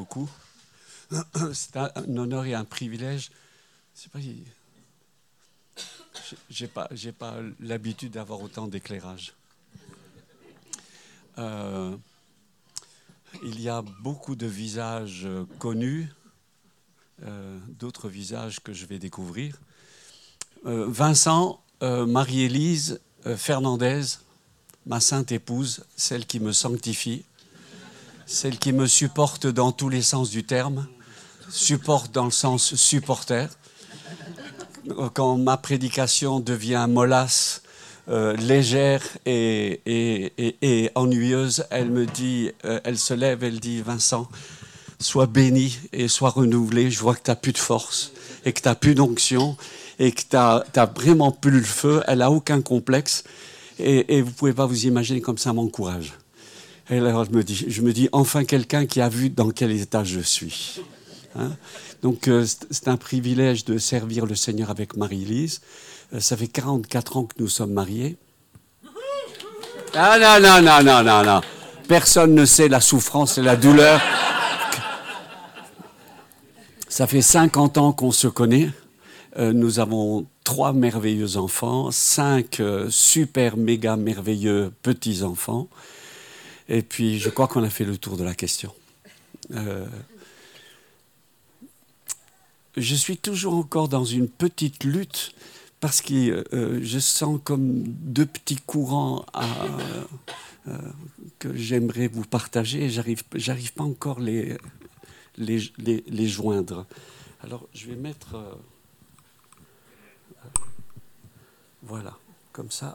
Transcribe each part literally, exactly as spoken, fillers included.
beaucoup. C'est un, un honneur et un privilège. C'est pas, j'ai pas, j'ai pas l'habitude d'avoir autant d'éclairage. Euh, il y a beaucoup de visages connus, euh, d'autres visages que je vais découvrir. Euh, Vincent, euh, Marie-Élise, euh, Fernandez, ma sainte épouse, celle qui me sanctifie, celle qui me supporte dans tous les sens du terme, supporte dans le sens supporter. Quand ma prédication devient mollasse, euh, légère et, et, et, et ennuyeuse, elle me dit, euh, elle se lève, elle dit, Vincent, sois béni et sois renouvelé. Je vois que tu n'as plus de force et que tu n'as plus d'onction et que tu n'as vraiment plus le feu. Elle n'a aucun complexe et, et vous ne pouvez pas vous imaginer comme ça m'encourage. Et alors je me dis, je me dis enfin quelqu'un qui a vu dans quel état je suis. Hein? Donc euh, c'est un privilège de servir le Seigneur avec Marie-Élise. Euh, ça fait quarante-quatre ans que nous sommes mariés. Ah non, non, non, non, non, non. Personne ne sait la souffrance et la douleur. Ça fait cinquante ans qu'on se connaît. Euh, nous avons trois merveilleux enfants, cinq euh, super méga merveilleux petits-enfants. Et puis je crois qu'on a fait le tour de la question. Euh, Je suis toujours encore dans une petite lutte parce que euh, je sens comme deux petits courants à, euh, que j'aimerais vous partager et j'arrive, j'arrive pas encore les, les, les, les joindre. Alors je vais mettre... Euh, voilà, comme ça.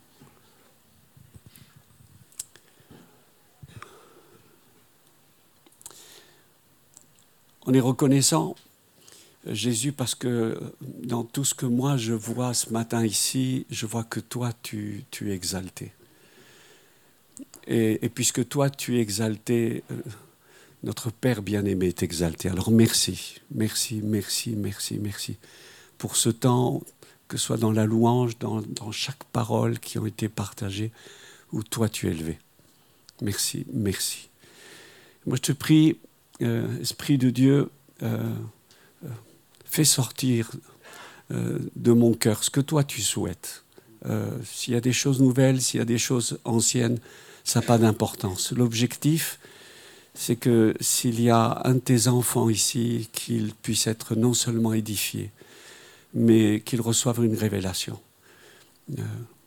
On est reconnaissant, Jésus, parce que dans tout ce que moi je vois ce matin ici, je vois que toi tu, tu es exalté. Et, et puisque toi tu es exalté, euh, notre Père bien-aimé est exalté. Alors merci, merci, merci, merci, merci pour ce temps, que ce soit dans la louange, dans, dans chaque parole qui ont été partagées, où toi tu es élevé. Merci, merci. Moi je te prie, euh, Esprit de Dieu, euh, euh, fais sortir euh, de mon cœur ce que toi tu souhaites. Euh, s'il y a des choses nouvelles, s'il y a des choses anciennes, ça n'a pas d'importance. L'objectif, c'est que s'il y a un de tes enfants ici, qu'il puisse être non seulement édifié, mais qu'il reçoive une révélation. Euh,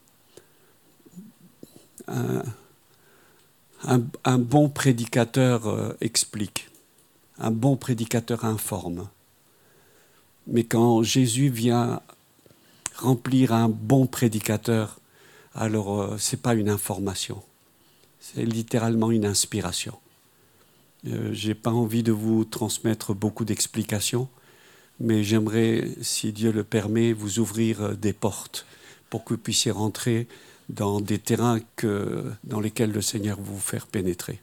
un, un, un bon prédicateur euh, explique, un bon prédicateur informe. Mais quand Jésus vient remplir un bon prédicateur, alors euh, ce n'est pas une information, c'est littéralement une inspiration. Euh, je n'ai pas envie de vous transmettre beaucoup d'explications, mais j'aimerais, si Dieu le permet, vous ouvrir des portes pour que vous puissiez rentrer dans des terrains que, dans lesquels le Seigneur va vous faire pénétrer.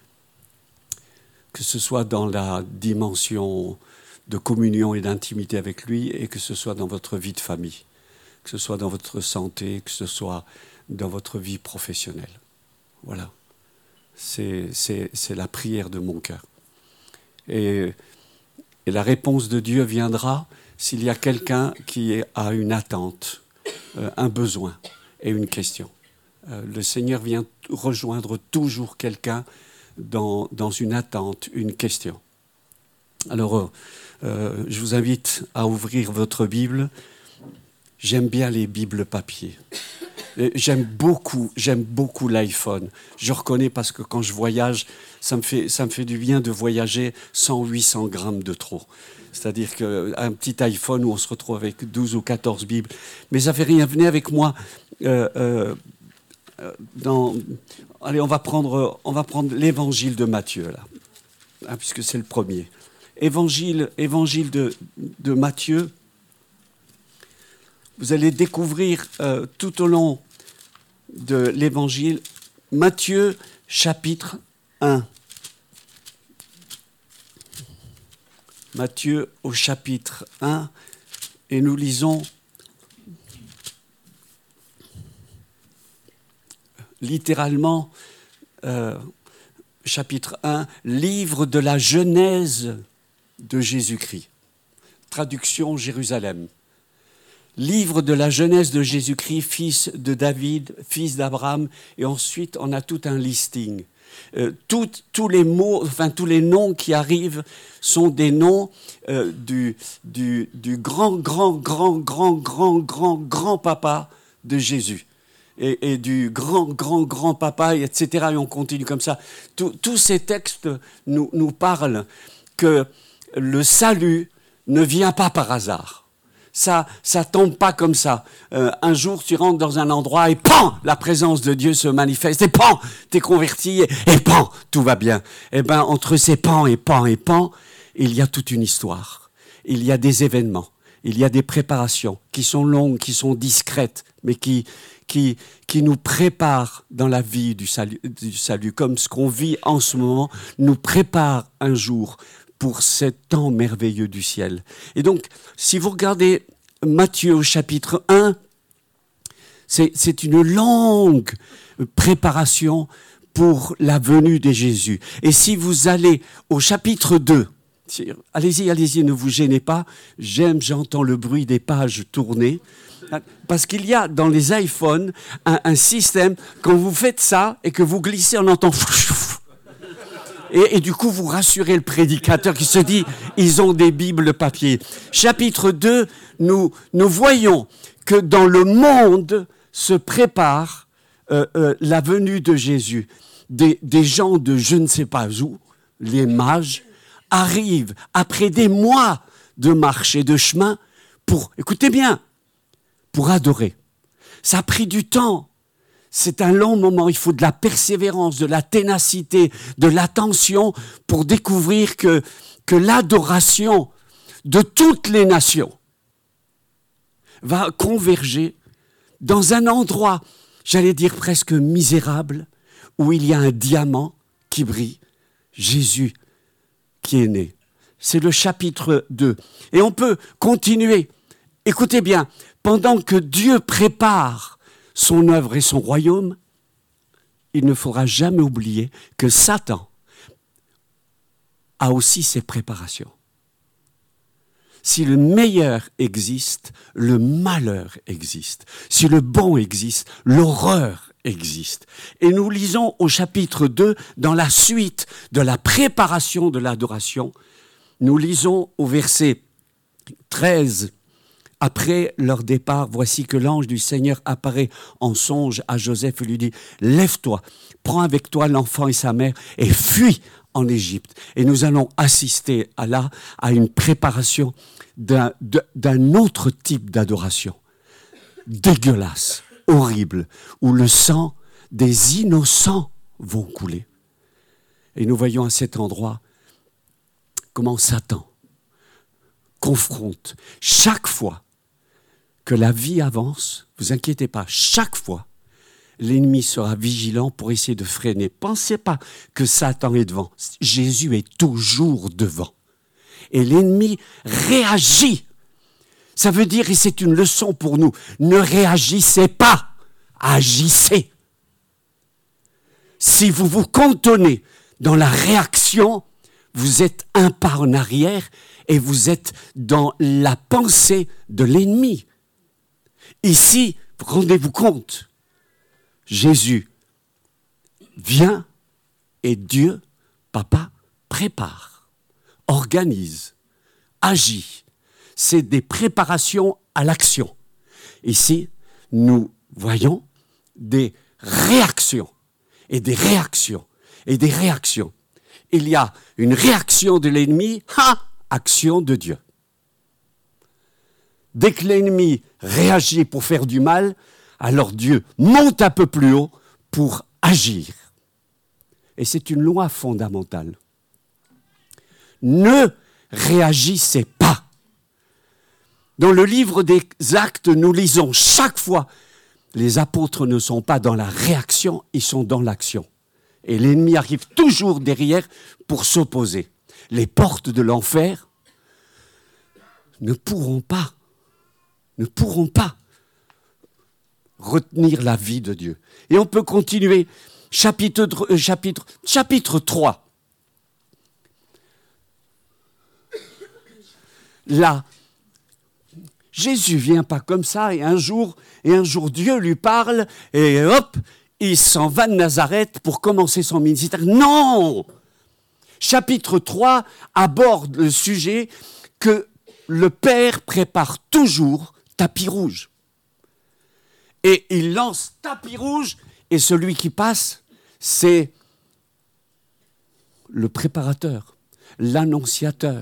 Que ce soit dans la dimension de communion et d'intimité avec lui, et que ce soit dans votre vie de famille, que ce soit dans votre santé, que ce soit dans votre vie professionnelle. Voilà. C'est, c'est, c'est la prière de mon cœur. Et, et la réponse de Dieu viendra s'il y a quelqu'un qui a une attente, euh, un besoin et une question. Euh, le Seigneur vient rejoindre toujours quelqu'un dans, dans une attente, une question. Alors, euh, je vous invite à ouvrir votre Bible. J'aime bien les Bibles papier. J'aime beaucoup, j'aime beaucoup l'iPhone. Je reconnais parce que quand je voyage, ça me fait, ça me fait du bien de voyager sans huit cents grammes de trop. C'est-à-dire qu'un petit iPhone où on se retrouve avec douze ou quatorze Bibles. Mais ça ne fait rien. Venez avec moi euh, euh, dans... Allez, on va prendre, on va prendre l'évangile de Matthieu, là, hein, puisque c'est le premier. Évangile, évangile de, de Matthieu. Vous allez découvrir euh, tout au long de l'évangile, Matthieu chapitre un. Matthieu au chapitre un, et nous lisons littéralement euh, chapitre un, livre de la Genèse de Jésus-Christ. Traduction Jérusalem. Livre de la Genèse de Jésus-Christ, fils de David, fils d'Abraham, et ensuite on a tout un listing. Euh, tout, tous les mots, enfin tous les noms qui arrivent sont des noms euh, du, du, du grand, grand, grand, grand, grand, grand, grand papa de Jésus. Et, et du grand, grand, grand papa, et cetera. Et on continue comme ça. Tout, tous ces textes nous, nous parlent que le salut ne vient pas par hasard. Ça, ça tombe pas comme ça. Euh, un jour, tu rentres dans un endroit et pan, la présence de Dieu se manifeste. Et pan, t'es converti et, et pan, tout va bien. Eh ben, entre ces pan et pan et pan, il y a toute une histoire. Il y a des événements. Il y a des préparations qui sont longues, qui sont discrètes, mais qui, qui, qui nous préparent dans la vie du salut, du salut, comme ce qu'on vit en ce moment, nous prépare un jour pour ce temps merveilleux du ciel. Et donc, si vous regardez Matthieu au chapitre un, c'est, c'est une longue préparation pour la venue de Jésus. Et si vous allez au chapitre deux, allez-y, allez-y, ne vous gênez pas, j'aime, j'entends le bruit des pages tourner, parce qu'il y a dans les iPhones un, un système, quand vous faites ça et que vous glissez, on entend... Et, et du coup, vous rassurez le prédicateur qui se dit, ils ont des Bibles papier. Chapitre deux, nous, nous voyons que dans le monde se prépare euh, euh, la venue de Jésus. Des, des gens de je ne sais pas où, les mages, arrivent après des mois de marche et de chemin pour, écoutez bien, pour adorer. Ça a pris du temps. C'est un long moment, il faut de la persévérance, de la ténacité, de l'attention pour découvrir que, que l'adoration de toutes les nations va converger dans un endroit, j'allais dire presque misérable, où il y a un diamant qui brille, Jésus qui est né. C'est le chapitre deux. Et on peut continuer. Écoutez bien, pendant que Dieu prépare son œuvre et son royaume, il ne faudra jamais oublier que Satan a aussi ses préparations. Si le meilleur existe, le malheur existe. Si le bon existe, l'horreur existe. Et nous lisons au chapitre deux, dans la suite de la préparation de l'adoration, nous lisons au verset treize, « Après leur départ, voici que l'ange du Seigneur apparaît en songe à Joseph et lui dit « Lève-toi, prends avec toi l'enfant et sa mère et fuis en Égypte. » Et nous allons assister à là à une préparation d'un, d'un autre type d'adoration, dégueulasse, horrible, où le sang des innocents vont couler. Et nous voyons à cet endroit comment Satan confronte chaque fois que la vie avance, vous inquiétez pas, chaque fois, l'ennemi sera vigilant pour essayer de freiner. Pensez pas que Satan est devant. Jésus est toujours devant. Et l'ennemi réagit. Ça veut dire, et c'est une leçon pour nous, ne réagissez pas, agissez. Si vous vous cantonnez dans la réaction, vous êtes un pas en arrière et vous êtes dans la pensée de l'ennemi. Ici, rendez-vous compte, Jésus vient et Dieu, Papa, prépare, organise, agit. C'est des préparations à l'action. Ici, nous voyons des réactions et des réactions et des réactions. Il y a une réaction de l'ennemi, ha, action de Dieu. Dès que l'ennemi réagit pour faire du mal, alors Dieu monte un peu plus haut pour agir. Et c'est une loi fondamentale. Ne réagissez pas. Dans le livre des Actes, nous lisons chaque fois, les apôtres ne sont pas dans la réaction, ils sont dans l'action. Et l'ennemi arrive toujours derrière pour s'opposer. Les portes de l'enfer ne pourront pas, ne pourront pas retenir la vie de Dieu. Et on peut continuer chapitre, euh, chapitre, chapitre trois. Là, Jésus vient pas comme ça et un jour, et un jour Dieu lui parle et hop, il s'en va de Nazareth pour commencer son ministère. Non! Chapitre trois aborde le sujet que le Père prépare toujours tapis rouge. Et il lance tapis rouge et celui qui passe, c'est le préparateur, l'annonciateur,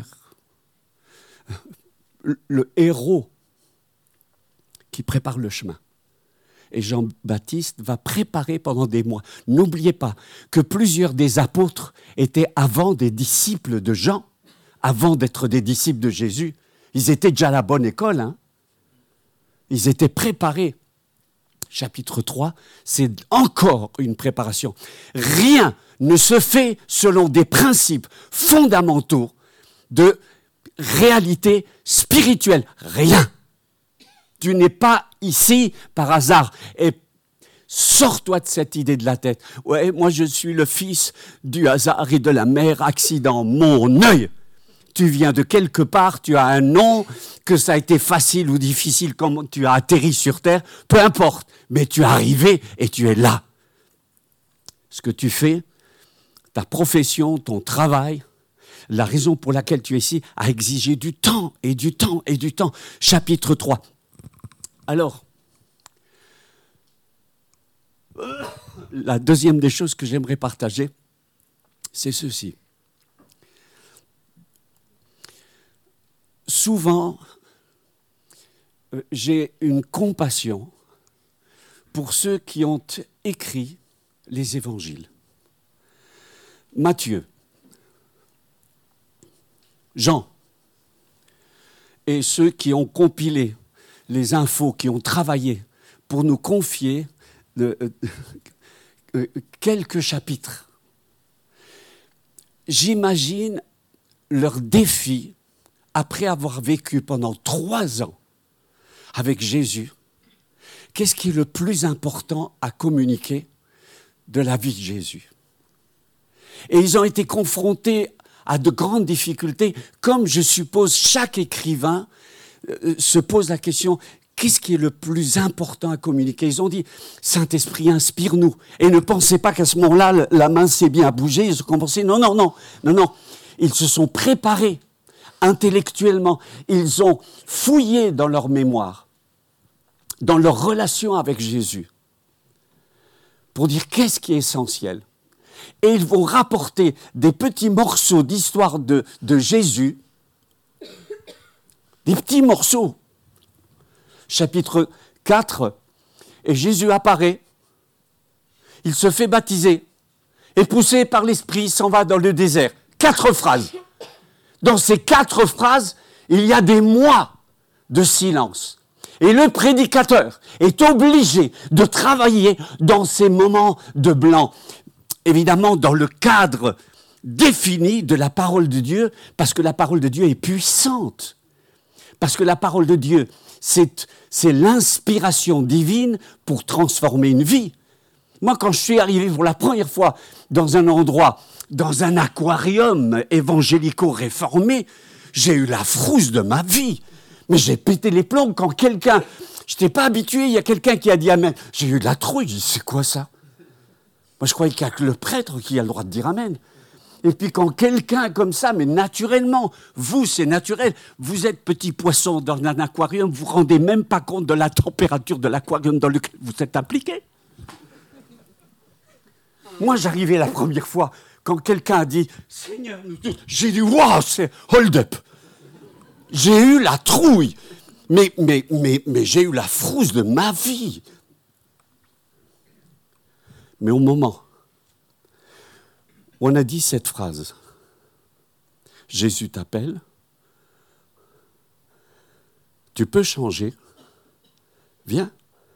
le héros qui prépare le chemin. Et Jean-Baptiste va préparer pendant des mois. N'oubliez pas que plusieurs des apôtres étaient avant des disciples de Jean, avant d'être des disciples de Jésus. Ils étaient déjà à la bonne école, hein. Ils étaient préparés. Chapitre trois, c'est encore une préparation. Rien ne se fait selon des principes fondamentaux de réalité spirituelle. Rien. Tu n'es pas ici par hasard. Et sors-toi de cette idée de la tête. Ouais, moi je suis le fils du hasard et de la mer, accident, mon œil. Tu viens de quelque part, tu as un nom, que ça a été facile ou difficile, comment tu as atterri sur terre, peu importe. Mais tu es arrivé et tu es là. Ce que tu fais, ta profession, ton travail, la raison pour laquelle tu es ici, a exigé du temps et du temps et du temps. Chapitre trois. Alors, la deuxième des choses que j'aimerais partager, c'est ceci. Souvent, euh, j'ai une compassion pour ceux qui ont écrit les évangiles. Matthieu, Jean, et ceux qui ont compilé les infos, qui ont travaillé pour nous confier de, euh, euh, quelques chapitres. J'imagine leur défi après avoir vécu pendant trois ans avec Jésus. Qu'est-ce qui est le plus important à communiquer de la vie de Jésus? Et ils ont été confrontés à de grandes difficultés, comme je suppose chaque écrivain euh, se pose la question, qu'est-ce qui est le plus important à communiquer? Ils ont dit, Saint-Esprit, inspire-nous. Et ne pensez pas qu'à ce moment-là, la main s'est bien bougée, ils ont pensé, non, non, non, non, non. Ils se sont préparés intellectuellement, ils ont fouillé dans leur mémoire, dans leur relation avec Jésus, pour dire qu'est-ce qui est essentiel. Et ils vont rapporter des petits morceaux d'histoire de, de Jésus, des petits morceaux. Chapitre quatre, et Jésus apparaît, il se fait baptiser, et poussé par l'Esprit, il s'en va dans le désert. Quatre phrases. Dans ces quatre phrases, il y a des mois de silence. Et le prédicateur est obligé de travailler dans ces moments de blanc. Évidemment, dans le cadre défini de la parole de Dieu, parce que la parole de Dieu est puissante. Parce que la parole de Dieu, c'est, c'est l'inspiration divine pour transformer une vie. Moi, quand je suis arrivé pour la première fois dans un endroit, dans un aquarium évangélico-réformé, j'ai eu la frousse de ma vie. Mais j'ai pété les plombs quand quelqu'un... Je n'étais pas habitué, il y a quelqu'un qui a dit Amen. J'ai eu de la trouille, j'ai dit, c'est quoi ça? Moi, je croyais qu'il n'y a que le prêtre qui a le droit de dire Amen. Et puis quand quelqu'un comme ça, mais naturellement, vous, c'est naturel, vous êtes petit poisson dans un aquarium, vous ne vous rendez même pas compte de la température de l'aquarium dans lequel vous êtes impliqué. Moi, j'arrivais la première fois, quand quelqu'un a dit « Seigneur, nous tous », j'ai dit « Waouh, c'est hold up ». J'ai eu la trouille, mais, mais, mais, mais j'ai eu la frousse de ma vie. Mais au moment où on a dit cette phrase, Jésus t'appelle, tu peux changer, viens,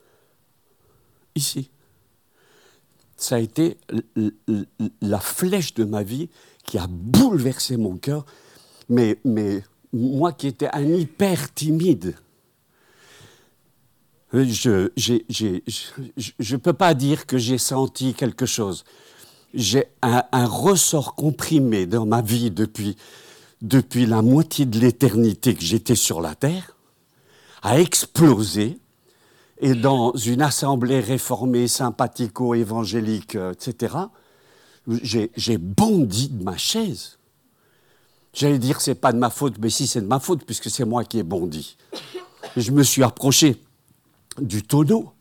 ici. Ça a été la flèche de ma vie qui a bouleversé mon cœur, mais, mais moi qui étais un hyper timide, Je ne peux pas dire que j'ai senti quelque chose. J'ai un, un ressort comprimé dans ma vie depuis, depuis la moitié de l'éternité que j'étais sur la terre, a explosé. Et dans une assemblée réformée, sympathico-évangélique, et cetera, j'ai, j'ai bondi de ma chaise. J'allais dire que ce n'est pas de ma faute, mais si, c'est de ma faute, puisque c'est moi qui ai bondi. Et je me suis approché du tonneau,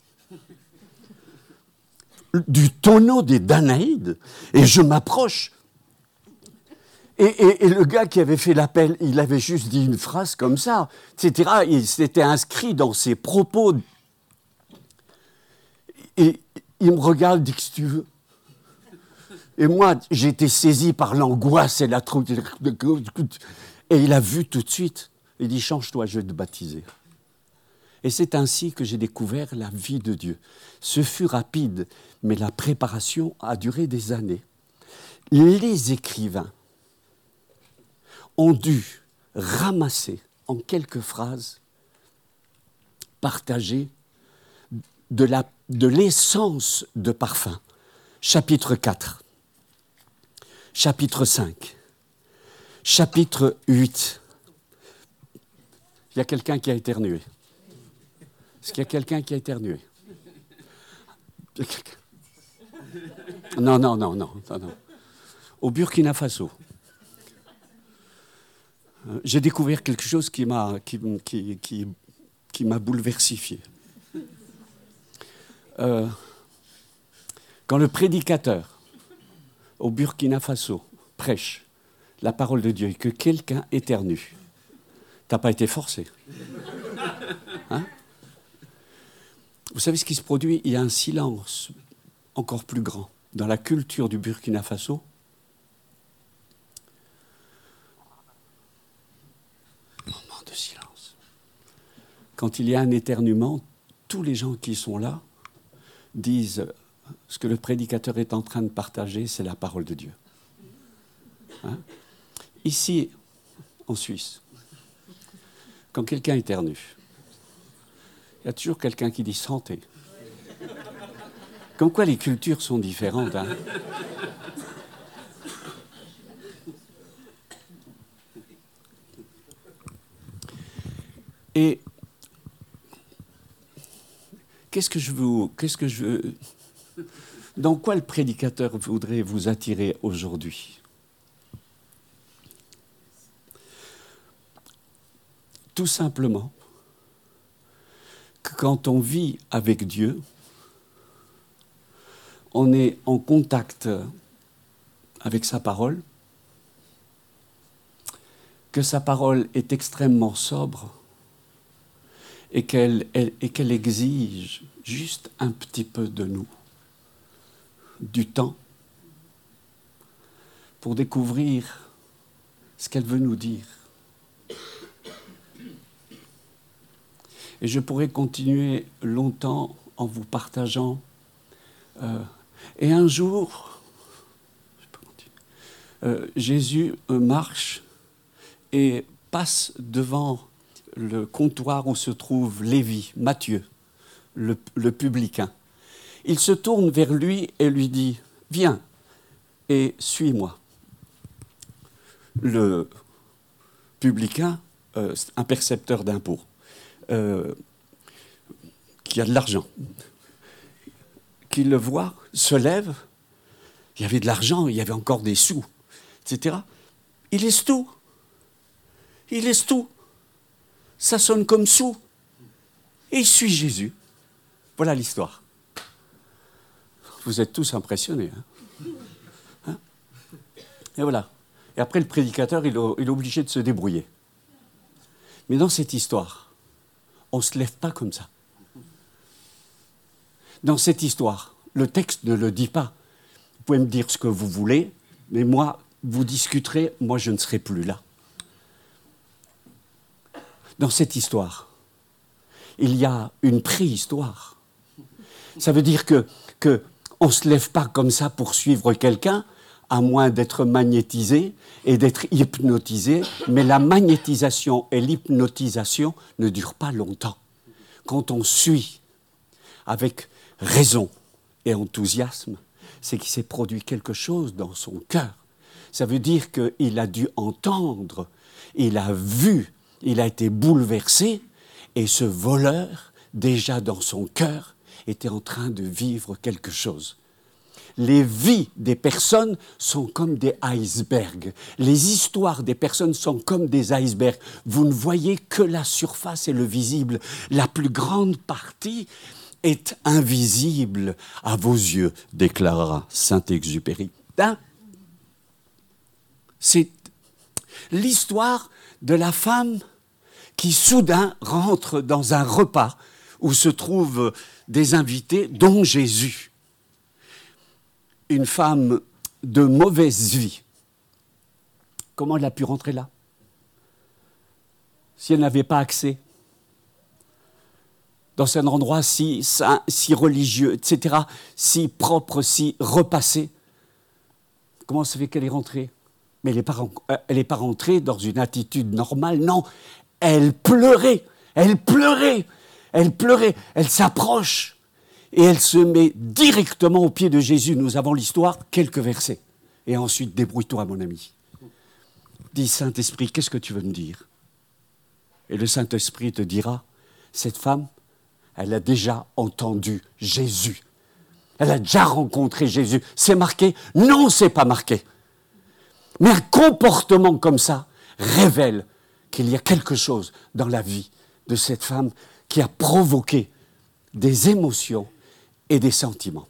du tonneau des Danaïdes, et je m'approche. Et, et, et le gars qui avait fait l'appel, il avait juste dit une phrase comme ça, et cetera. Il s'était inscrit dans ses propos. Et il me regarde, dit, qu'est-ce que tu veux? Et moi, j'étais saisi par l'angoisse et la trouille. Et il a vu tout de suite. Il dit, change-toi, je vais te baptiser. Et c'est ainsi que j'ai découvert la vie de Dieu. Ce fut rapide, mais la préparation a duré des années. Les écrivains ont dû ramasser en quelques phrases, partager de, la, de l'essence de parfum. Chapitre quatre, chapitre cinq, chapitre huit. Il y a quelqu'un qui a éternué. Est-ce qu'il y a quelqu'un qui a éternué? Non, non, non, non, non, non. Au Burkina Faso, j'ai découvert quelque chose qui m'a, qui, qui, qui, qui m'a bouleversifié. Euh, quand le prédicateur au Burkina Faso prêche la parole de Dieu et que quelqu'un éternue, t'as pas été forcé. Hein? Vous savez ce qui se produit? Il y a un silence encore plus grand. Dans la culture du Burkina Faso, moment de silence. Quand il y a un éternuement, tous les gens qui sont là disent ce que le prédicateur est en train de partager, c'est la parole de Dieu. Hein? Ici, en Suisse, quand quelqu'un éternue, il y a toujours quelqu'un qui dit santé. Comme quoi les cultures sont différentes. Hein. Et qu'est-ce que je veux, qu'est-ce que je veux, dans quoi le prédicateur voudrait vous attirer aujourd'hui? Tout simplement que quand on vit avec Dieu, on est en contact avec sa parole, que sa parole est extrêmement sobre et qu'elle, elle, et qu'elle exige juste un petit peu de nous, du temps, pour découvrir ce qu'elle veut nous dire. Et je pourrais continuer longtemps en vous partageant. Euh, et un jour, je peux continuer, euh, Jésus marche et passe devant le comptoir où se trouve Lévi, Matthieu, le, le publicain. Il se tourne vers lui et lui dit « Viens et suis-moi ». Le publicain, euh, un percepteur d'impôts, Euh, qui a de l'argent, qui le voit, se lève, il y avait de l'argent, il y avait encore des sous, et cetera. Il laisse tout. Il laisse tout. Ça sonne comme sous. Et il suit Jésus. Voilà l'histoire. Vous êtes tous impressionnés. Hein, hein? Et voilà. Et après, le prédicateur, il est obligé de se débrouiller. Mais dans cette histoire, on ne se lève pas comme ça. Dans cette histoire, le texte ne le dit pas. Vous pouvez me dire ce que vous voulez, mais moi, vous discuterez, moi je ne serai plus là. Dans cette histoire, il y a une préhistoire. Ça veut dire que, que on ne se lève pas comme ça pour suivre quelqu'un, à moins d'être magnétisé et d'être hypnotisé, mais la magnétisation et l'hypnotisation ne durent pas longtemps. Quand on suit avec raison et enthousiasme, c'est qu'il s'est produit quelque chose dans son cœur. Ça veut dire qu'il a dû entendre, il a vu, il a été bouleversé, et ce voleur, déjà dans son cœur, était en train de vivre quelque chose. Les vies des personnes sont comme des icebergs. Les histoires des personnes sont comme des icebergs. Vous ne voyez que la surface et le visible. La plus grande partie est invisible à vos yeux, déclara Saint-Exupéry. Hein? C'est l'histoire de la femme qui soudain rentre dans un repas où se trouvent des invités, dont Jésus. Une femme de mauvaise vie. Comment elle a pu rentrer là? Si elle n'avait pas accès dans un endroit si saint, si religieux, et cetera, si propre, si repassé, comment ça fait qu'elle est rentrée? Mais elle n'est pas, elle n'est pas rentrée dans une attitude normale, non. Elle pleurait, elle pleurait, elle pleurait, elle s'approche. Et elle se met directement aux pieds de Jésus. Nous avons l'histoire, quelques versets. Et ensuite, débrouille-toi, mon ami. Dis, Saint-Esprit, qu'est-ce que tu veux me dire? Et le Saint-Esprit te dira, cette femme, elle a déjà entendu Jésus. Elle a déjà rencontré Jésus. C'est marqué? Non, c'est pas marqué. Mais un comportement comme ça révèle qu'il y a quelque chose dans la vie de cette femme qui a provoqué des émotions et des sentiments.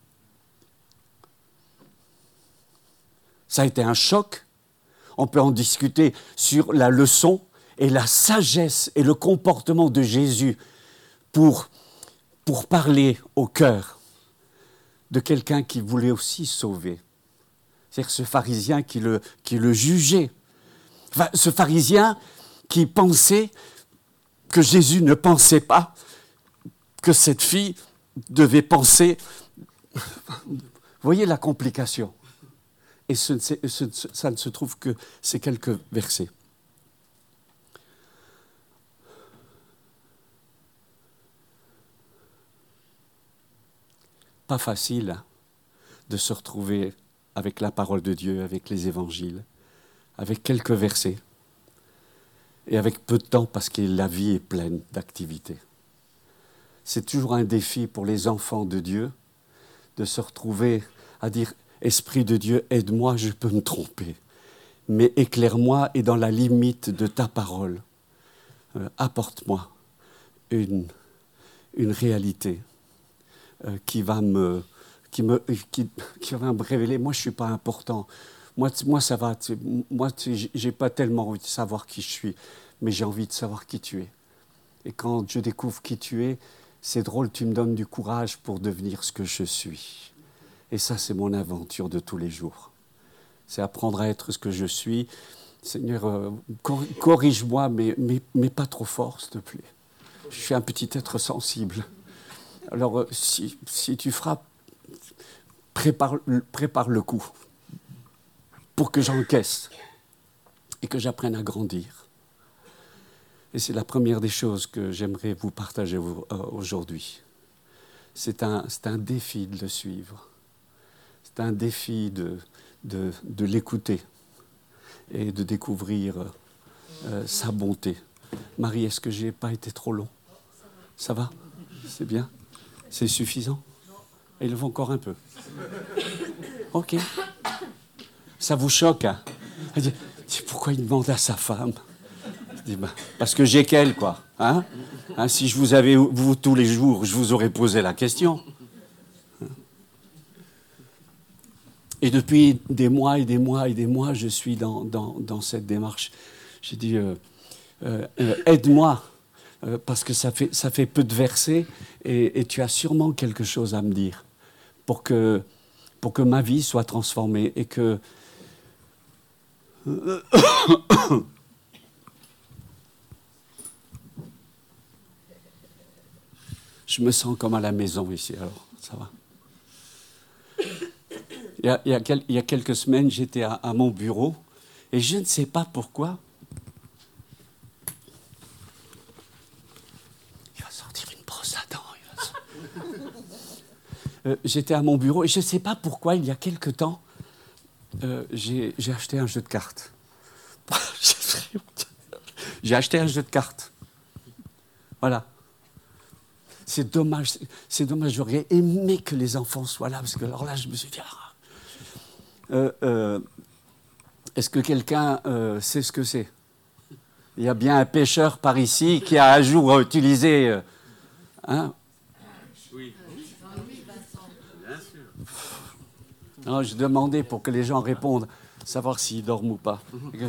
Ça a été un choc. On peut en discuter sur la leçon et la sagesse et le comportement de Jésus pour, pour parler au cœur de quelqu'un qui voulait aussi sauver. C'est-à-dire ce pharisien qui le, qui le jugeait. Enfin, ce pharisien qui pensait que Jésus ne pensait pas que cette fille devait penser. Vous voyez la complication. Et ce, ce, ça ne se trouve que ces quelques versets. Pas facile hein, de se retrouver avec la parole de Dieu, avec les évangiles, avec quelques versets, et avec peu de temps parce que la vie est pleine d'activités. C'est toujours un défi pour les enfants de Dieu de se retrouver à dire « Esprit de Dieu, aide-moi, je peux me tromper, mais éclaire-moi et dans la limite de ta parole, euh, apporte-moi une, une réalité euh, qui va me, qui me, qui, qui va me révéler. Moi, je ne suis pas important. Moi, moi ça va. Moi, je n'ai pas tellement envie de savoir qui je suis, mais j'ai envie de savoir qui tu es. Et quand je découvre qui tu es, c'est drôle, tu me donnes du courage pour devenir ce que je suis. Et ça, c'est mon aventure de tous les jours. C'est apprendre à être ce que je suis. Seigneur, euh, corrige-moi, mais, mais, mais pas trop fort, s'il te plaît. Je suis un petit être sensible. Alors, euh, si, si tu frappes, prépare, prépare le coup pour que j'encaisse et que j'apprenne à grandir. Et c'est la première des choses que j'aimerais vous partager aujourd'hui. C'est un, c'est un défi de le suivre. C'est un défi de, de, de l'écouter et de découvrir euh, sa bonté. Marie, est-ce que je n'ai pas été trop long? Ça va? C'est bien? C'est suffisant? Il le faut encore un peu. Ok. Ça vous choque, hein? Pourquoi il demande à sa femme? Parce que j'ai qu'elle, quoi. Hein? Hein, si je vous avais, vous, tous les jours, je vous aurais posé la question. Et depuis des mois et des mois et des mois, je suis dans, dans, dans cette démarche. J'ai dit, euh, euh, euh, aide-moi, euh, parce que ça fait, ça fait peu de versets, et, et tu as sûrement quelque chose à me dire pour que, pour que ma vie soit transformée et que... Je me sens comme à la maison ici, alors ça va. Il y a, il y a, quel, il y a quelques semaines, j'étais à, à mon bureau et je ne sais pas pourquoi. Il va sortir une brosse à dents. Il va euh, j'étais à mon bureau et je ne sais pas pourquoi, il y a quelque temps, euh, j'ai, j'ai acheté un jeu de cartes. J'ai acheté un jeu de cartes. Voilà. C'est dommage, c'est, c'est dommage, j'aurais aimé que les enfants soient là, parce que alors là, je me suis dit... Ah, euh, euh, est-ce que quelqu'un euh, sait ce que c'est? Il y a bien un pêcheur par ici qui a un jour utilisé... Euh, hein? Oui. Bien sûr. Non, je demandais pour que les gens répondent, savoir s'ils dorment ou pas.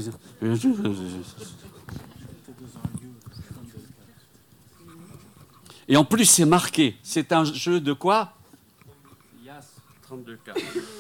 Et en plus, c'est marqué. C'est un jeu de quoi? Yas, trente-deux cartes.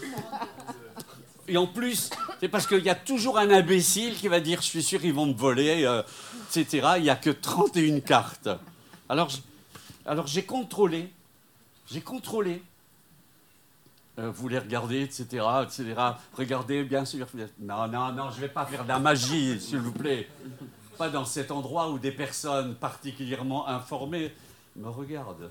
Et en plus, c'est parce qu'il y a toujours un imbécile qui va dire « je suis sûr qu'ils vont me voler euh, », et cetera. Il n'y a que trente et une cartes. Alors, alors j'ai contrôlé. J'ai contrôlé. Euh, vous les regardez, et cetera, et cetera. Regardez, bien sûr. Non, non, non, je ne vais pas faire de la magie, s'il vous plaît. Pas dans cet endroit où des personnes particulièrement informées me regardent.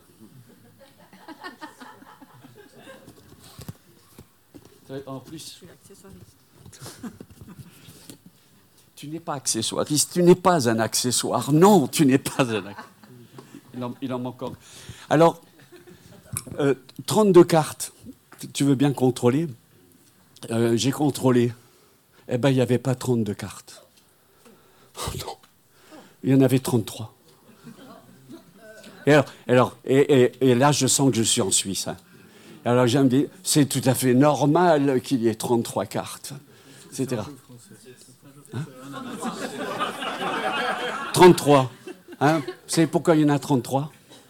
En plus, je suis accessoiriste. Tu n'es pas accessoiriste, tu n'es pas un accessoire. Non, tu n'es pas un accessoire. Il en, il en manque encore. Alors, euh, trente-deux cartes. Tu veux bien contrôler? euh, J'ai contrôlé. Eh bien, il n'y avait pas trente-deux cartes. Oh non. Il y en avait trente-trois. Et, alors, alors, et, et, et là, je sens que je suis en Suisse. Hein. Alors, je me dis, c'est tout à fait normal qu'il y ait trente-trois cartes, et cetera. Hein? trente-trois. Hein? Vous savez pourquoi il y en a trente-trois?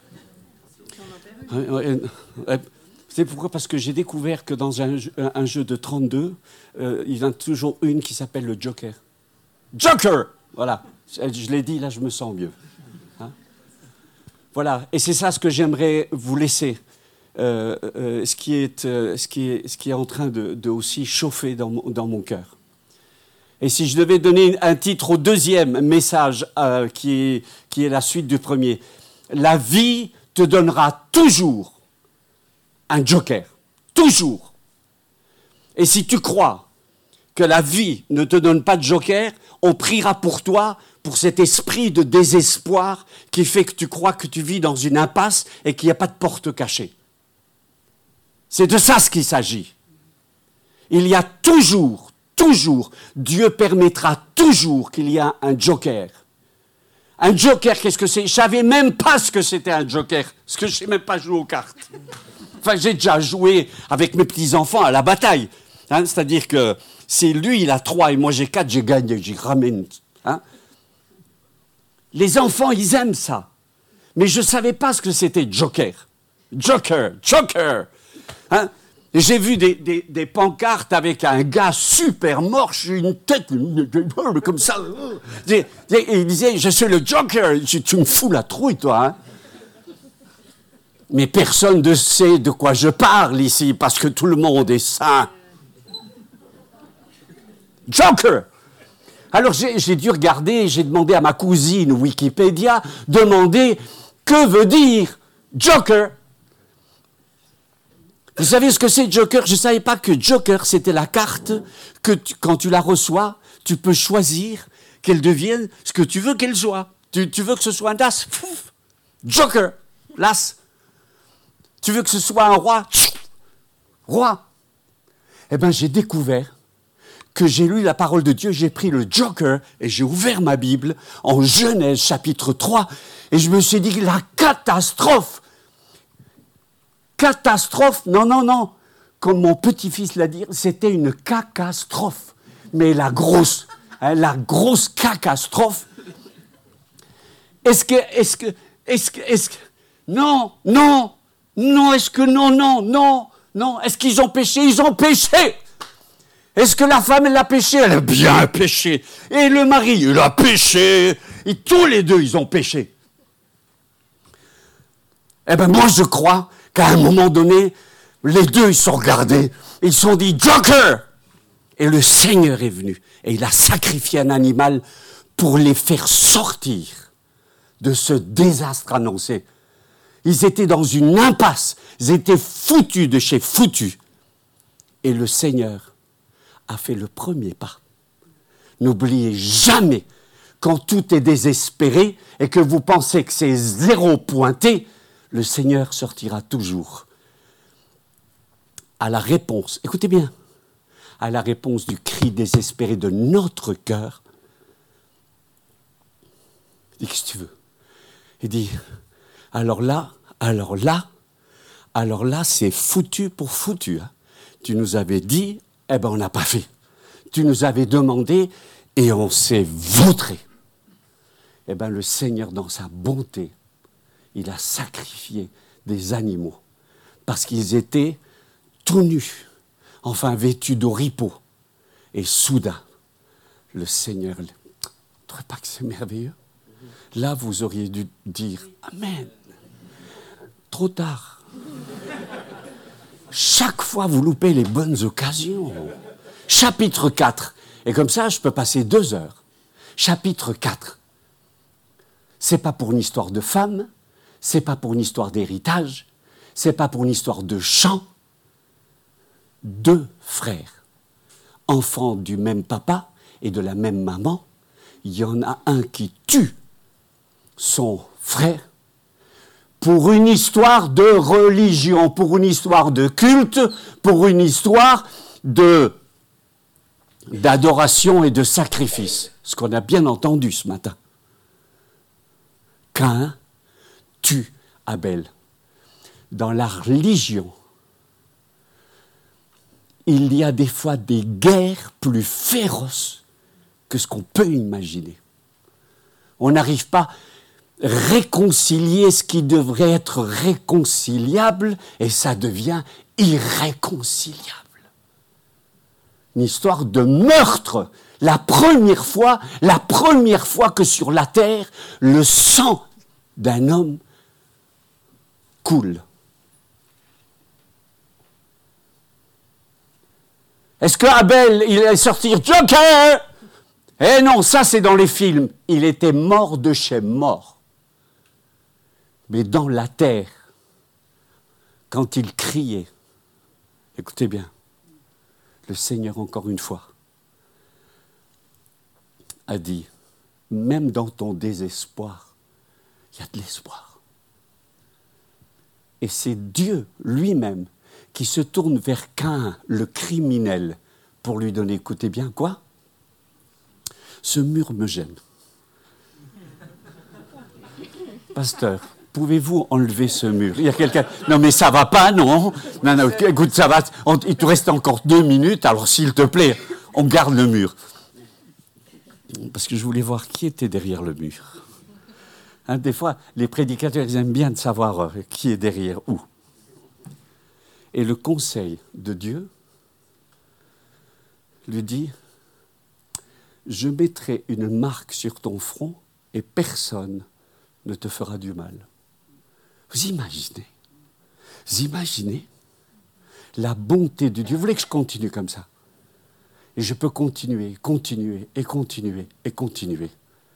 C'est pourquoi? Parce que j'ai découvert que dans un jeu, un jeu de trente-deux, euh, il y en a toujours une qui s'appelle le Joker. Joker! Voilà. Je l'ai dit, là, je me sens mieux. Hein? Voilà. Et c'est ça ce que j'aimerais vous laisser. Euh, euh, ce, qui est, euh, ce, qui est, ce qui est en train de, de aussi chauffer dans mon, dans mon cœur. Et si je devais donner un titre au deuxième message, euh, qui, est, qui est la suite du premier, la vie te donnera toujours un joker. Toujours. Et si tu crois que la vie ne te donne pas de joker, on priera pour toi, pour cet esprit de désespoir qui fait que tu crois que tu vis dans une impasse et qu'il n'y a pas de porte cachée. C'est de ça ce qu'il s'agit. Il y a toujours, toujours, Dieu permettra toujours qu'il y ait un joker. Un joker, qu'est-ce que c'est? Je ne savais même pas ce que c'était un joker, parce que je ne sais même pas jouer aux cartes. Enfin, j'ai déjà joué avec mes petits-enfants à la bataille. Hein, c'est-à-dire que si lui, il a trois et moi j'ai quatre, j'ai gagné, j'y ramène. Hein. Les enfants, ils aiment ça. Mais je ne savais pas ce que c'était joker. Joker, joker. Hein? J'ai vu des, des, des pancartes avec un gars super moche, une tête comme ça. Et il disait, je suis le Joker. Tu me fous la trouille, toi. Hein? Mais personne ne sait de quoi je parle ici, parce que tout le monde est sain. Joker. Alors j'ai, j'ai dû regarder, j'ai demandé à ma cousine Wikipédia, demander que veut dire Joker. Vous savez ce que c'est Joker? Je ne savais pas que Joker, c'était la carte que tu, quand tu la reçois, tu peux choisir qu'elle devienne ce que tu veux qu'elle soit. Tu, tu veux que ce soit un as? Pouf, Joker, l'as. Tu veux que ce soit un roi? Roi. Eh bien, j'ai découvert que j'ai lu la parole de Dieu, j'ai pris le Joker et j'ai ouvert ma Bible en Genèse chapitre trois et je me suis dit, la catastrophe. Catastrophe, non, non, non. Comme mon petit-fils l'a dit, c'était une cacastrophe. Mais la grosse, hein, la grosse cacastrophe. Est-ce que, est-ce que, est-ce que, est-ce que, non, non, non, est-ce que non, non, non, non, est-ce qu'ils ont péché? Ils ont péché. Est-ce que la femme, elle a péché? Elle a bien péché. Et le mari, il a péché. Et tous les deux, ils ont péché. Eh bien, moi, je crois qu'à un moment donné, les deux, ils se sont regardés. Ils se sont dit, Joker! Et le Seigneur est venu. Et il a sacrifié un animal pour les faire sortir de ce désastre annoncé. Ils étaient dans une impasse. Ils étaient foutus de chez foutus. Et le Seigneur a fait le premier pas. N'oubliez jamais, quand tout est désespéré et que vous pensez que c'est zéro pointé, le Seigneur sortira toujours à la réponse. Écoutez bien, à la réponse du cri désespéré de notre cœur. Il dit, qu'est-ce que tu veux? Il dit, alors là, alors là, alors là, c'est foutu pour foutu. Hein. Tu nous avais dit, eh ben on n'a pas fait. Tu nous avais demandé et on s'est vautré. Eh bien, le Seigneur, dans sa bonté, il a sacrifié des animaux parce qu'ils étaient tout nus, enfin vêtus d'oripeaux. Et soudain, le Seigneur, ne trouvez pas que c'est merveilleux? Là, vous auriez dû dire « Amen ». Trop tard. Chaque fois, vous loupez les bonnes occasions. Chapitre quatre. Et comme ça, je peux passer deux heures. Chapitre quatre. C'est pas pour une histoire de femme, c'est pas pour une histoire d'héritage, c'est pas pour une histoire de chant. Deux frères, enfants du même papa et de la même maman, il y en a un qui tue son frère pour une histoire de religion, pour une histoire de culte, pour une histoire de, d'adoration et de sacrifice. Ce qu'on a bien entendu ce matin. Caïn tue Abel. Dans la religion, il y a des fois des guerres plus féroces que ce qu'on peut imaginer. On n'arrive pas à réconcilier ce qui devrait être réconciliable et ça devient irréconciliable. Une histoire de meurtre. La première fois, la première fois que sur la terre, le sang d'un homme coule. Est-ce que Abel, il allait sortir « Joker !» Eh non, ça c'est dans les films. Il était mort de chez mort. Mais dans la terre, quand il criait, écoutez bien, le Seigneur, encore une fois, a dit, même dans ton désespoir, il y a de l'espoir. Et c'est Dieu lui-même qui se tourne vers Caïn, le criminel, pour lui donner, écoutez bien, quoi? Ce mur me gêne. Pasteur, pouvez-vous enlever ce mur? Il y a quelqu'un... Non, mais ça va pas, non? Non, non, écoute, ça va... On... Il te reste encore deux minutes, alors s'il te plaît, on garde le mur. Parce que je voulais voir qui était derrière le mur. Hein, des fois, les prédicateurs, ils aiment bien de savoir euh, qui est derrière où. Et le conseil de Dieu lui dit, je mettrai une marque sur ton front et personne ne te fera du mal. Vous imaginez, vous imaginez la bonté de Dieu. Vous voulez que je continue comme ça? Et je peux continuer, continuer, et continuer, et continuer.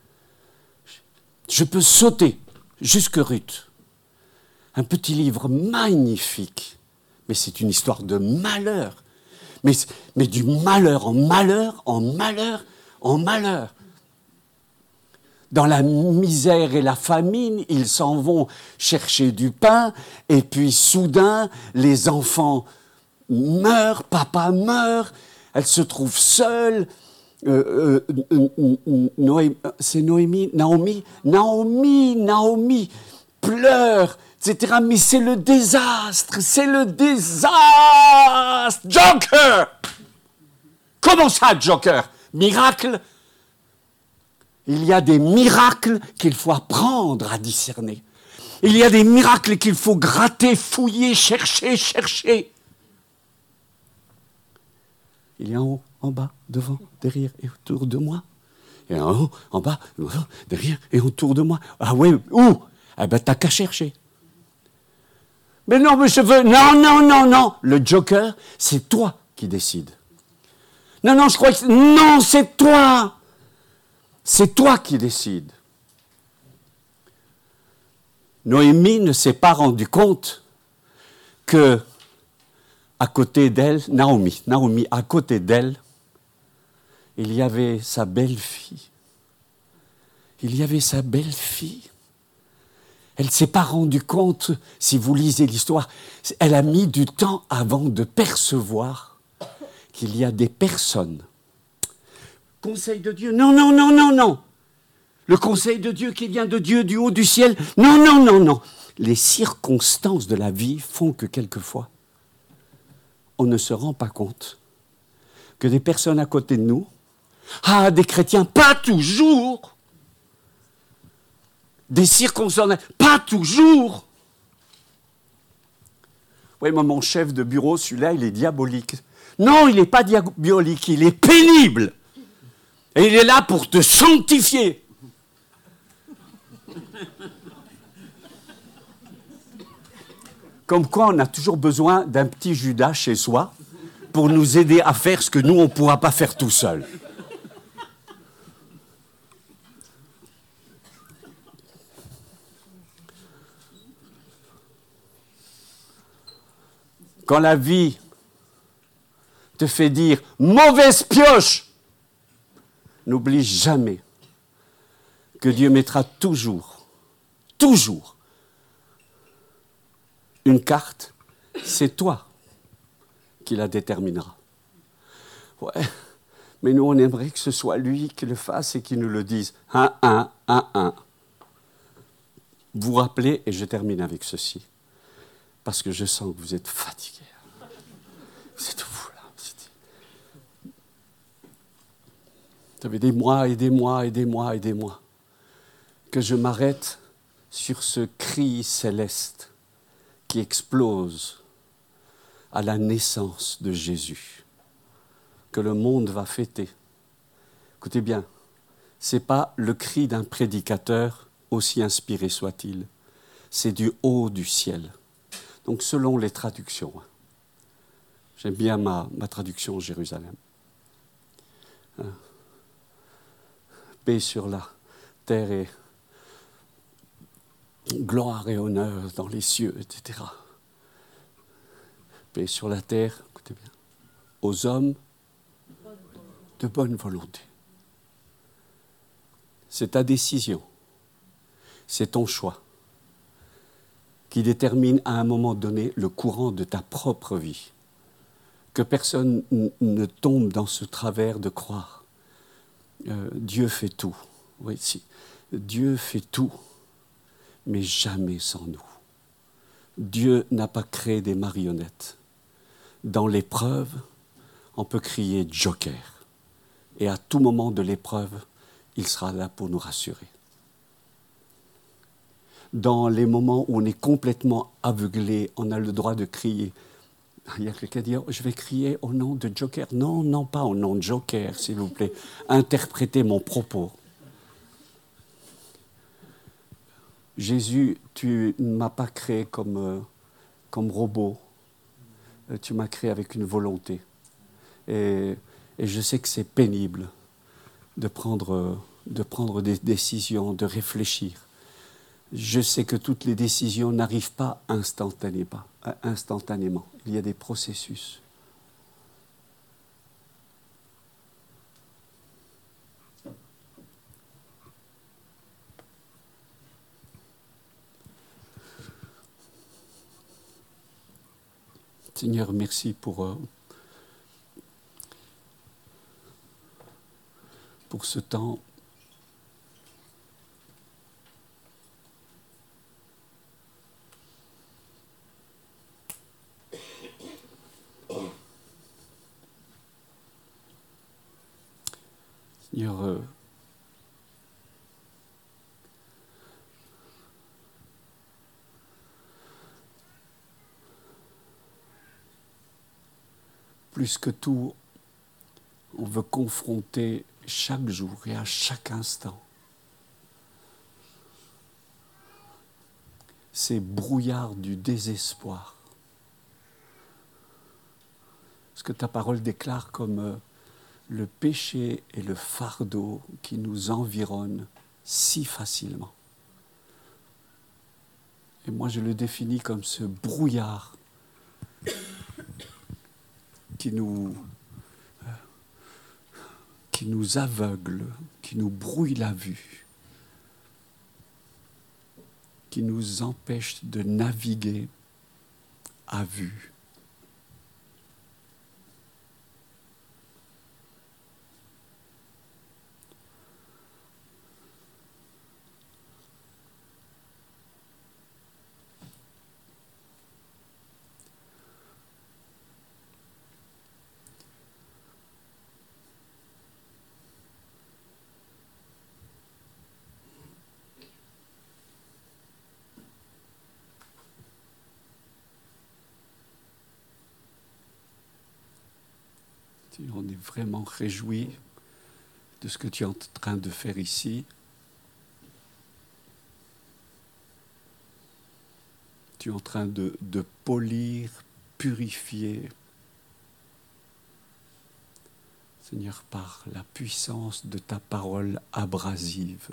Je peux sauter jusque Ruth. Un petit livre magnifique. Mais c'est une histoire de malheur. Mais, mais du malheur en malheur, en malheur, en malheur. Dans la misère et la famine, ils s'en vont chercher du pain, et puis soudain, les enfants meurent, papa meurt, elle se trouve seule. Euh, euh, euh, Noémie, c'est Noémie, Naomi, Naomi, Naomi pleure, et cetera. Mais c'est le désastre, c'est le désastre. Joker! Comment ça, Joker? Miracle? Il y a des miracles qu'il faut apprendre à discerner. Il y a des miracles qu'il faut gratter, fouiller, chercher, chercher. Il y a en haut, en bas, devant, derrière et autour de moi. Et en haut, en bas, derrière et autour de moi. Ah oui, où? Eh bien, t'as qu'à chercher. Mais non, mais je veux... Non, non, non, non. Le Joker, c'est toi qui décides. Non, non, je crois que... Non, c'est toi. C'est toi qui décides. Noémie ne s'est pas rendu compte que, à côté d'elle, Naomi, Naomi, à côté d'elle, il y avait sa belle-fille. Il y avait sa belle-fille. Elle ne s'est pas rendue compte, si vous lisez l'histoire, elle a mis du temps avant de percevoir qu'il y a des personnes. Conseil de Dieu, non, non, non, non, non. Le conseil de Dieu qui vient de Dieu, du haut du ciel, non, non, non, non. Les circonstances de la vie font que quelquefois, on ne se rend pas compte que des personnes à côté de nous, ah, des chrétiens, pas toujours. Des circonstances, pas toujours. Oui, moi, mon chef de bureau, celui-là, il est diabolique. Non, il n'est pas diabolique, il est pénible. Et il est là pour te sanctifier. Comme quoi, on a toujours besoin d'un petit Judas chez soi pour nous aider à faire ce que nous, on ne pourra pas faire tout seul. Quand la vie te fait dire « mauvaise pioche », n'oublie jamais que Dieu mettra toujours, toujours, une carte, c'est toi qui la déterminera. Ouais, mais nous on aimerait que ce soit lui qui le fasse et qui nous le dise. Un, un, un, un. Vous rappelez, et je termine avec ceci, parce que je sens que vous êtes fatigués. C'est vous là. Ça fait des mois et des mois et des mois et des mois que je m'arrête sur ce cri céleste qui explose à la naissance de Jésus, que le monde va fêter. Écoutez bien, ce n'est pas le cri d'un prédicateur, aussi inspiré soit-il, c'est du haut du ciel. Donc selon les traductions, j'aime bien ma, ma traduction Jérusalem. Hein. Paix sur la terre et gloire et honneur dans les cieux, et cetera. Paix sur la terre, écoutez bien, aux hommes de bonne volonté. C'est ta décision, c'est ton choix qui détermine à un moment donné le courant de ta propre vie. Que personne n- ne tombe dans ce travers de croire. Euh, Dieu fait tout. Oui, si. Dieu fait tout, mais jamais sans nous. Dieu n'a pas créé des marionnettes. Dans l'épreuve, on peut crier « Joker ». Et à tout moment de l'épreuve, il sera là pour nous rassurer. Dans les moments où on est complètement aveuglé, on a le droit de crier. Il y a quelqu'un qui dit « Je vais crier au nom de Joker ». Non, non, pas au nom de Joker, s'il vous plaît. Interprétez mon propos. Jésus, tu ne m'as pas créé comme, euh, comme robot. Tu m'as créé avec une volonté. Et, et je sais que c'est pénible de prendre, de prendre des décisions, de réfléchir. Je sais que toutes les décisions n'arrivent pas instantanément. instantanément. Il y a des processus. Seigneur, merci pour, euh, pour ce temps. Seigneur, euh, plus que tout, on veut confronter chaque jour et à chaque instant ces brouillards du désespoir. Ce que ta parole déclare comme euh, le péché et le fardeau qui nous environnent si facilement. Et moi, je le définis comme ce brouillard qui nous, qui nous aveugle, qui nous brouille la vue, qui nous empêche de naviguer à vue. On est vraiment réjouis de ce que tu es en train de faire ici. Tu es en train de, de polir, purifier, Seigneur, par la puissance de ta parole abrasive.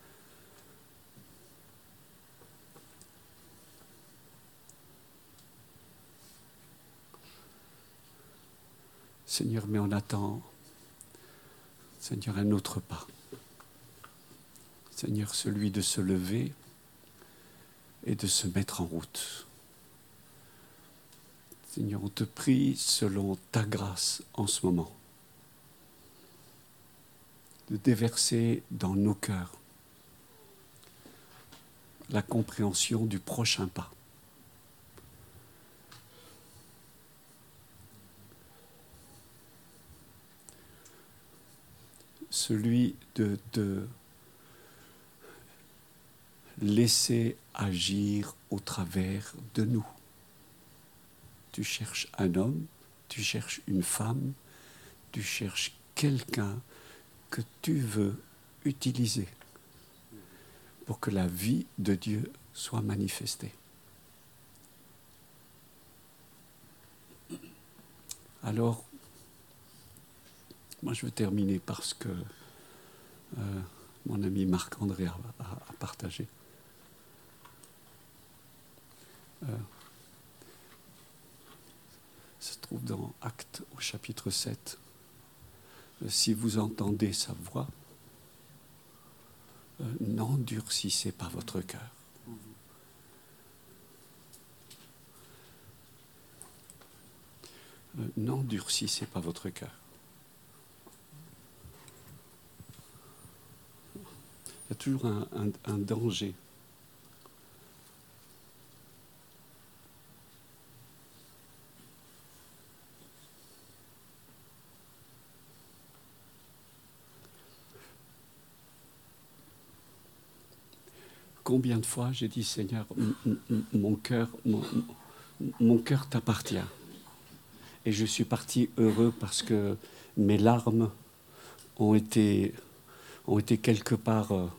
Seigneur, mais on attend, Seigneur, un autre pas. Seigneur, celui de se lever et de se mettre en route. Seigneur, on te prie selon ta grâce en ce moment, de déverser dans nos cœurs la compréhension du prochain pas. Celui de te laisser agir au travers de nous. Tu cherches un homme, tu cherches une femme, tu cherches quelqu'un que tu veux utiliser pour que la vie de Dieu soit manifestée. Alors, moi je veux terminer par ce que euh, mon ami Marc-André a, a, a partagé. Euh, ça se trouve dans Actes au chapitre sept. Euh, si vous entendez sa voix, euh, n'endurcissez pas votre cœur. Euh, n'endurcissez pas votre cœur. Il y a toujours un, un, un danger. Combien de fois j'ai dit, Seigneur, m- m- mon cœur, mon, mon cœur t'appartient. Et je suis parti heureux parce que mes larmes ont été, ont été quelque part euh,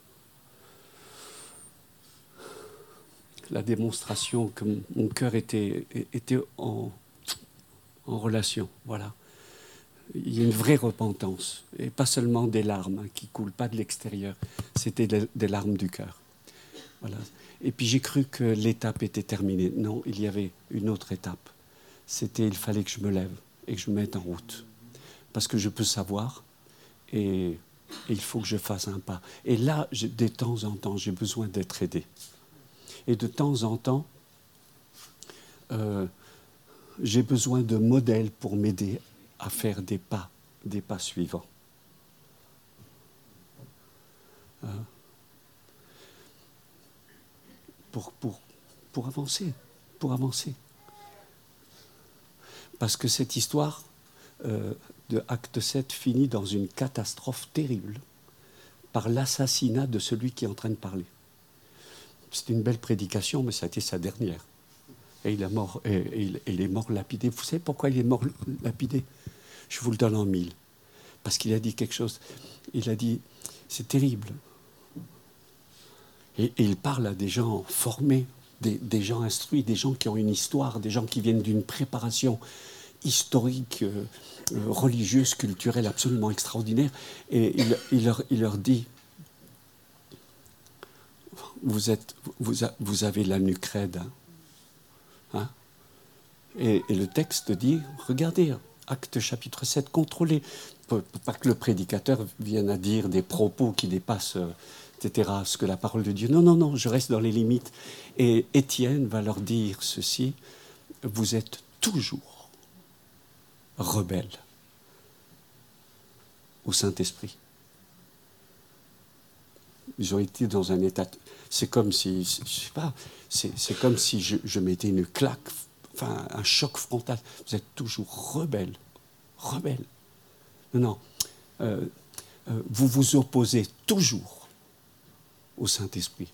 la démonstration que mon cœur était, était en, en relation. Voilà. Il y a une vraie repentance. Et pas seulement des larmes hein, qui ne coulent pas de l'extérieur. C'était des, des larmes du cœur. Voilà. Et puis j'ai cru que l'étape était terminée. Non, il y avait une autre étape. C'était, il fallait que je me lève et que je me mette en route. Parce que je peux savoir et, et il faut que je fasse un pas. Et là, de temps en temps, j'ai besoin d'être aidé. Et de temps en temps, euh, j'ai besoin de modèles pour m'aider à faire des pas, des pas suivants. Euh, pour, pour, pour avancer, pour avancer. Parce que cette histoire euh, de Acte sept finit dans une catastrophe terrible par l'assassinat de celui qui est en train de parler. C'était une belle prédication, mais ça a été sa dernière. Et il est mort, et, et il, il est mort lapidé. Vous savez pourquoi il est mort lapidé? Je vous le donne en mille. Parce qu'il a dit quelque chose. Il a dit, c'est terrible. Et, et il parle à des gens formés, des, des gens instruits, des gens qui ont une histoire, des gens qui viennent d'une préparation historique, euh, euh, religieuse, culturelle absolument extraordinaire. Et il, il, leur, il leur dit, vous, êtes, vous, a, vous avez la nuque raide. Hein, hein et, et le texte dit, regardez, Acte chapitre sept, contrôlez. Pour, pour pas que le prédicateur vienne à dire des propos qui dépassent, euh, et cetera, ce que la parole de Dieu... Non, non, non, je reste dans les limites. Et Étienne va leur dire ceci, vous êtes toujours rebelles au Saint-Esprit. Ils ont été dans un état... C'est comme si, je sais pas, c'est, c'est comme si je, je mettais une claque, enfin un choc frontal. Vous êtes toujours rebelles, rebelles. Non, non. Euh, euh, vous vous opposez toujours au Saint-Esprit.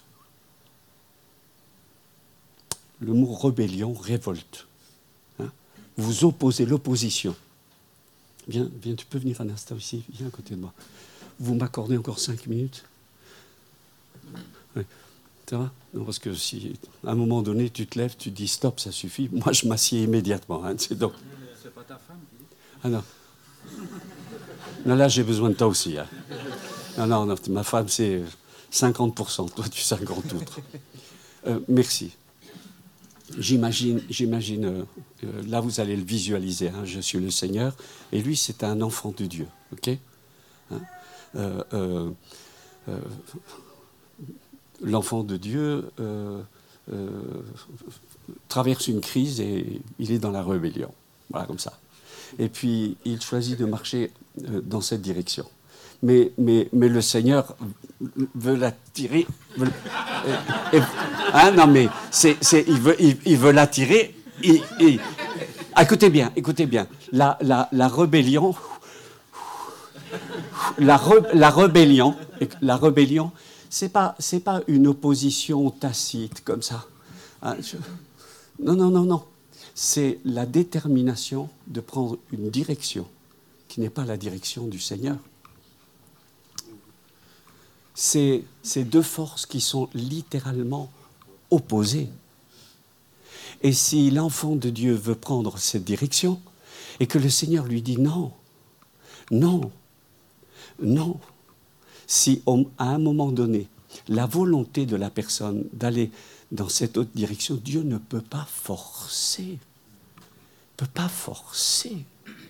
Le mot rébellion, révolte. Hein? Vous vous opposez, l'opposition. Viens, viens, tu peux venir un instant ici, viens à côté de moi. Vous m'accordez encore cinq minutes? Oui. Ça va? Non, parce que si à un moment donné tu te lèves, tu te dis stop, ça suffit. Moi, je m'assieds immédiatement. Hein, c'est donc. C'est pas ta femme qui dit. Ah non. Non, là, j'ai besoin de toi aussi. Hein. Non, non, non, ma femme, c'est cinquante pour cent. Toi, tu cinquante autres. Euh, merci. J'imagine, j'imagine euh, euh, là, vous allez le visualiser. Hein, je suis le Seigneur. Et lui, c'est un enfant de Dieu. OK, hein, euh, euh, euh, l'enfant de Dieu euh, euh, traverse une crise et il est dans la rébellion. Voilà, comme ça. Et puis, il choisit de marcher euh, dans cette direction. Mais, mais, mais le Seigneur veut l'attirer. Veut, et, et, hein, non, mais c'est, c'est, il veut, il, il veut l'attirer. Il, il, écoutez bien, écoutez bien. La, la, la rébellion... La, re, la rébellion... La rébellion... C'est pas, c'est pas une opposition tacite comme ça. Hein, je... Non, non, non, non. C'est la détermination de prendre une direction qui n'est pas la direction du Seigneur. C'est ces deux forces qui sont littéralement opposées. Et si l'enfant de Dieu veut prendre cette direction et que le Seigneur lui dit non, non, non, si à un moment donné, la volonté de la personne d'aller dans cette autre direction, Dieu ne peut pas forcer. Ne peut pas forcer.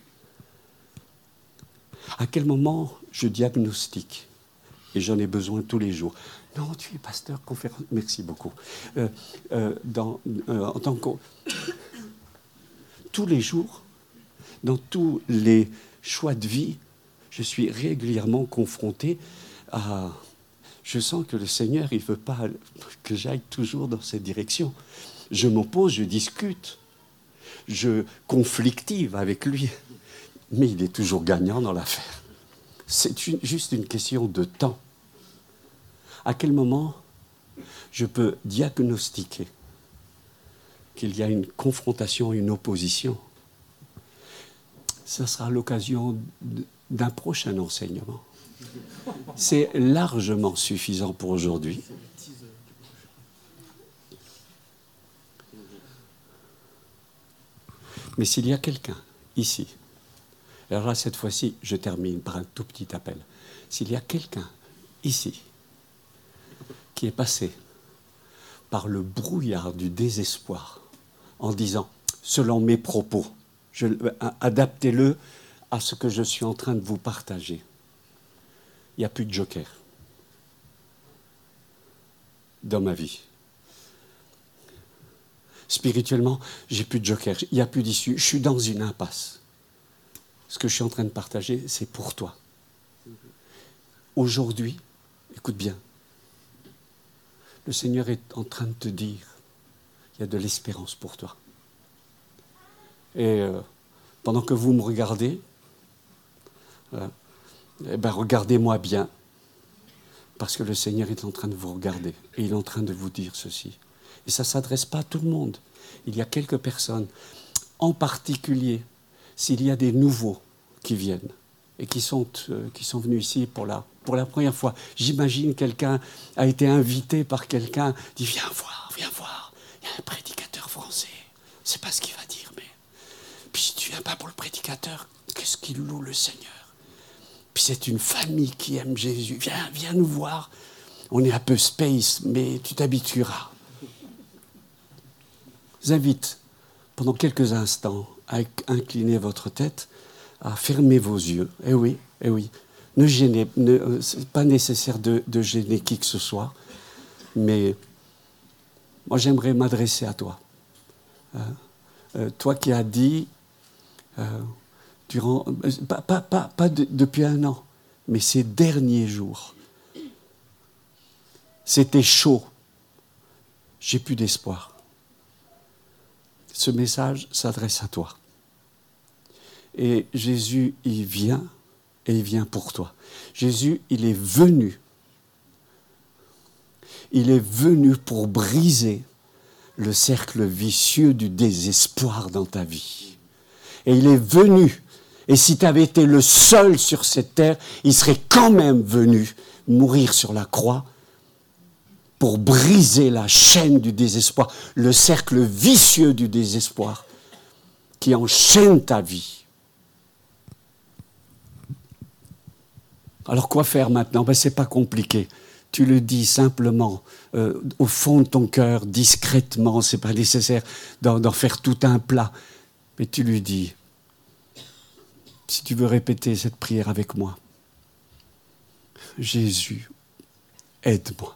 À quel moment je diagnostique? Et j'en ai besoin tous les jours. Non, tu es pasteur, conférence. Merci beaucoup. Euh, euh, dans, euh, en tant que... Tous les jours, dans tous les choix de vie, je suis régulièrement confronté à... Je sens que le Seigneur, il ne veut pas que j'aille toujours dans cette direction. Je m'oppose, je discute, je conflictive avec lui. Mais il est toujours gagnant dans l'affaire. C'est une, juste une question de temps. À quel moment je peux diagnostiquer qu'il y a une confrontation, une opposition? Ça sera l'occasion d'un prochain enseignement. C'est largement suffisant pour aujourd'hui. Mais s'il y a quelqu'un ici, alors là, cette fois-ci, je termine par un tout petit appel. S'il y a quelqu'un ici qui est passé par le brouillard du désespoir en disant, selon mes propos, je, adaptez-le à ce que je suis en train de vous partager. Il n'y a plus de joker dans ma vie. Spirituellement, j'ai plus de joker. Il n'y a plus d'issue. Je suis dans une impasse. Ce que je suis en train de partager, c'est pour toi. Aujourd'hui, écoute bien, le Seigneur est en train de te dire, il y a de l'espérance pour toi. Et euh, pendant que vous me regardez, euh, eh ben, regardez-moi bien, parce que le Seigneur est en train de vous regarder, et il est en train de vous dire ceci. Et ça ne s'adresse pas à tout le monde. Il y a quelques personnes, en particulier, s'il y a des nouveaux qui viennent, et qui sont, euh, qui sont venus ici pour la, pour la première fois. J'imagine quelqu'un a été invité par quelqu'un, dit « Viens voir, viens voir, il y a un prédicateur français, je ne sais pas ce qu'il va dire, mais... » Puis si tu ne viens pas pour le prédicateur, qu'est-ce qu'il loue le Seigneur? Puis c'est une famille qui aime Jésus. Viens, viens nous voir. On est un peu space, mais tu t'habitueras. Je vous invite, pendant quelques instants, à incliner votre tête, à fermer vos yeux. Eh oui, eh oui. Ne gênez, ne, c'est pas nécessaire de, de gêner qui que ce soit, mais moi j'aimerais m'adresser à toi. Euh, euh, toi qui as dit, euh, durant, pas, pas, pas, pas de, depuis un an, mais ces derniers jours, c'était chaud, j'ai plus d'espoir. Ce message s'adresse à toi. Et Jésus, il vient, et il vient pour toi. Jésus, il est venu. Il est venu pour briser le cercle vicieux du désespoir dans ta vie. Et il est venu. Et si tu avais été le seul sur cette terre, il serait quand même venu mourir sur la croix pour briser la chaîne du désespoir, le cercle vicieux du désespoir qui enchaîne ta vie. Alors quoi faire maintenant? Ben, c'est pas compliqué. Tu le dis simplement, euh, au fond de ton cœur, discrètement, c'est pas nécessaire d'en, d'en faire tout un plat. Mais tu lui dis, si tu veux répéter cette prière avec moi, Jésus, aide-moi.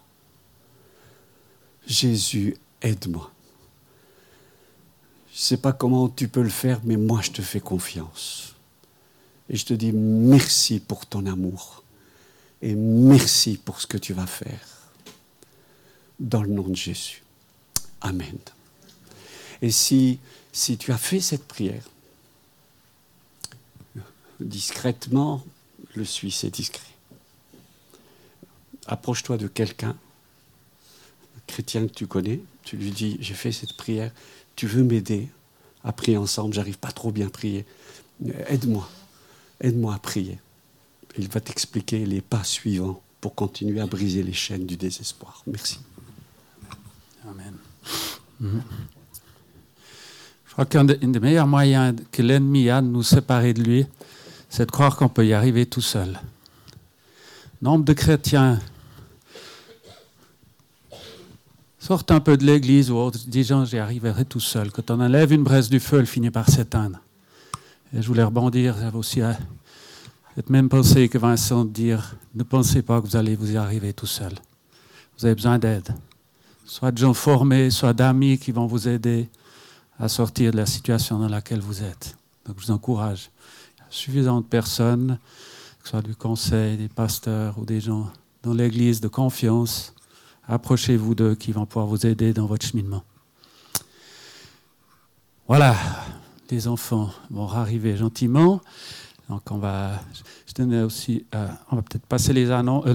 Jésus, aide-moi. Je ne sais pas comment tu peux le faire, mais moi je te fais confiance. Et je te dis merci pour ton amour. Et merci pour ce que tu vas faire. Dans le nom de Jésus. Amen. Et si, si tu as fait cette prière, discrètement, le suis, c'est discret. Approche-toi de quelqu'un, chrétien que tu connais, tu lui dis, j'ai fait cette prière, tu veux m'aider à prier ensemble, j'arrive pas trop bien à prier. Aide-moi, aide-moi à prier. Il va t'expliquer les pas suivants pour continuer à briser les chaînes du désespoir. Merci. Amen. Mm-hmm. Je crois qu'un des meilleurs moyens que l'ennemi a de nous séparer de lui, c'est de croire qu'on peut y arriver tout seul. Nombre de chrétiens sortent un peu de l'église ou autre, disant j'y arriverai tout seul. Quand on enlève une braise du feu, elle finit par s'éteindre. Et je voulais rebondir aussi à cette même pensée que Vincent de dire, ne pensez pas que vous allez vous y arriver tout seul. Vous avez besoin d'aide. Soit de gens formés, soit d'amis qui vont vous aider à sortir de la situation dans laquelle vous êtes. Donc je vous encourage. Il y a suffisamment de personnes, que ce soit du conseil, des pasteurs ou des gens dans l'église de confiance, approchez-vous d'eux qui vont pouvoir vous aider dans votre cheminement. Voilà, les enfants vont arriver gentiment. Donc on va, je tenais aussi, euh, on va peut-être passer les annonces.